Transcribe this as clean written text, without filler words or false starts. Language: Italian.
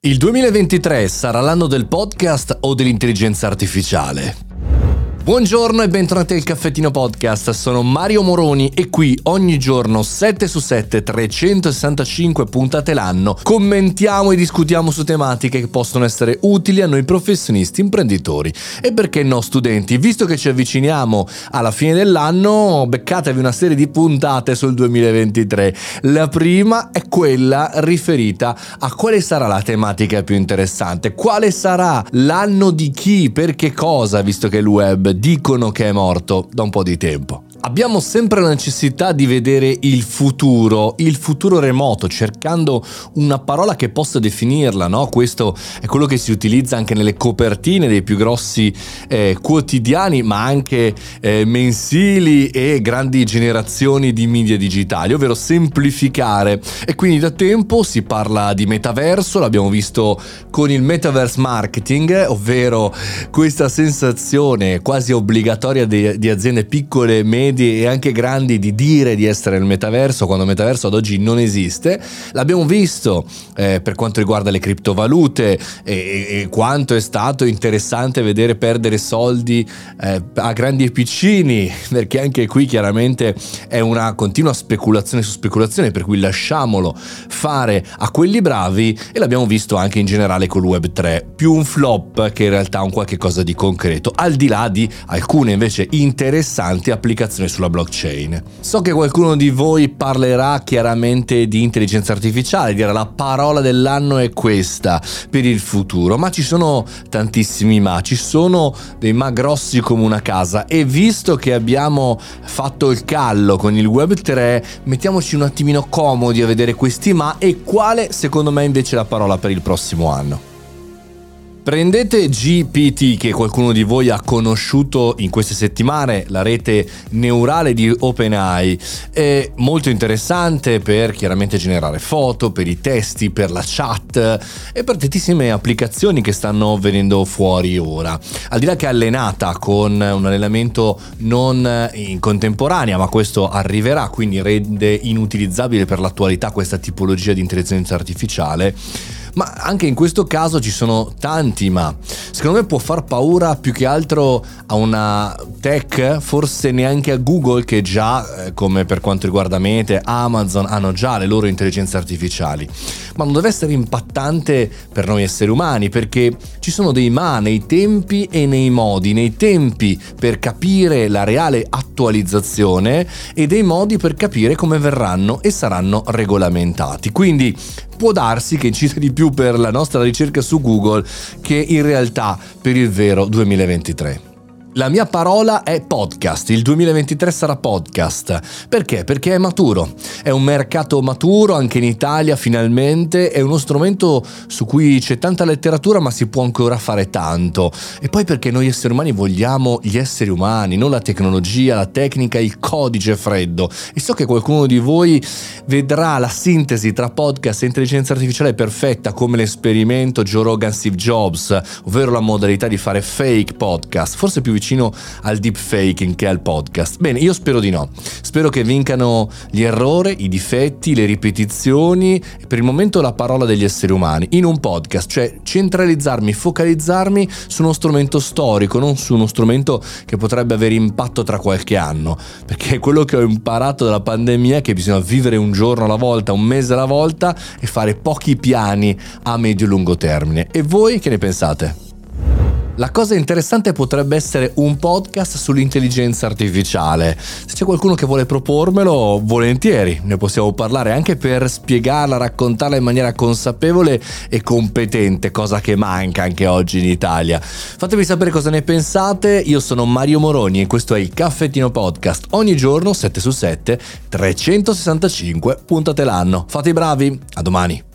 Il 2023 sarà l'anno del podcast o dell'intelligenza artificiale? Buongiorno e bentornati al Caffettino Podcast, sono Mario Moroni e qui ogni giorno 7 su 7, 365 puntate l'anno commentiamo e discutiamo su tematiche che possono essere utili a noi professionisti, imprenditori e perché no studenti. Visto che ci avviciniamo alla fine dell'anno, beccatevi una serie di puntate sul 2023. La prima è quella riferita a quale sarà la tematica più interessante, quale sarà l'anno di chi, per che cosa, visto che il web dicono che è morto da un po' di tempo. Abbiamo sempre la necessità di vedere il futuro remoto, cercando una parola che possa definirla, no? Questo è quello che si utilizza anche nelle copertine dei più grossi quotidiani, ma anche mensili e grandi generazioni di media digitali, ovvero semplificare. E quindi da tempo si parla di metaverso, l'abbiamo visto con il metaverse marketing, ovvero questa sensazione quasi obbligatoria di aziende piccole, medie e anche grandi di dire di essere nel metaverso quando il metaverso ad oggi non esiste. L'abbiamo visto per quanto riguarda le criptovalute e quanto è stato interessante vedere perdere soldi a grandi e piccini, perché anche qui chiaramente è una continua speculazione su speculazione, per cui lasciamolo fare a quelli bravi. E l'abbiamo visto anche in generale col Web3, più un flop che in realtà un qualche cosa di concreto, al di là di alcune invece interessanti applicazioni sulla blockchain. So che qualcuno di voi parlerà chiaramente di intelligenza artificiale, dirà la parola dell'anno è questa per il futuro, ma ci sono tantissimi ma, ci sono dei ma grossi come una casa, e visto che abbiamo fatto il callo con il Web3, mettiamoci un attimino comodi a vedere questi ma e quale secondo me invece è la parola per il prossimo anno. Prendete GPT, che qualcuno di voi ha conosciuto in queste settimane, la rete neurale di OpenAI. È molto interessante per chiaramente generare foto, per i testi, per la chat e per tantissime applicazioni che stanno venendo fuori ora. Al di là che è allenata con un allenamento non in contemporanea, ma questo arriverà, quindi rende inutilizzabile per l'attualità questa tipologia di intelligenza artificiale. Ma anche in questo caso ci sono tanti ma. Secondo me può far paura più che altro a una tech, forse neanche a Google, che già, come per quanto riguarda Meta, Amazon, hanno già le loro intelligenze artificiali. Ma non deve essere impattante per noi esseri umani, perché ci sono dei ma nei tempi e nei modi. Nei tempi per capire la reale attualizzazione e dei modi per capire come verranno e saranno regolamentati. Quindi può darsi che incida di più per la nostra ricerca su Google che in realtà per il vero 2023. La mia parola è podcast, il 2023 sarà podcast. Perché? Perché è maturo, è un mercato maturo anche in Italia finalmente, è uno strumento su cui c'è tanta letteratura ma si può ancora fare tanto. E poi perché noi esseri umani vogliamo gli esseri umani, non la tecnologia, la tecnica, il codice freddo. E so che qualcuno di voi vedrà la sintesi tra podcast e intelligenza artificiale perfetta come l'esperimento Joe Rogan Steve Jobs, ovvero la modalità di fare fake podcast, forse più vicino al deepfaking che al podcast. Bene, io spero di no. Spero che vincano gli errori, i difetti, le ripetizioni e per il momento la parola degli esseri umani in un podcast, cioè centralizzarmi, focalizzarmi su uno strumento storico, non su uno strumento che potrebbe avere impatto tra qualche anno, perché quello che ho imparato dalla pandemia è che bisogna vivere un giorno alla volta, un mese alla volta e fare pochi piani a medio-lungo termine. E voi che ne pensate? La cosa interessante potrebbe essere un podcast sull'intelligenza artificiale. Se c'è qualcuno che vuole propormelo, volentieri, ne possiamo parlare anche per spiegarla, raccontarla in maniera consapevole e competente, cosa che manca anche oggi in Italia. Fatemi sapere cosa ne pensate. Io sono Mario Moroni e questo è il Caffettino Podcast. Ogni giorno 7 su 7, 365 puntate l'anno. Fate i bravi, a domani.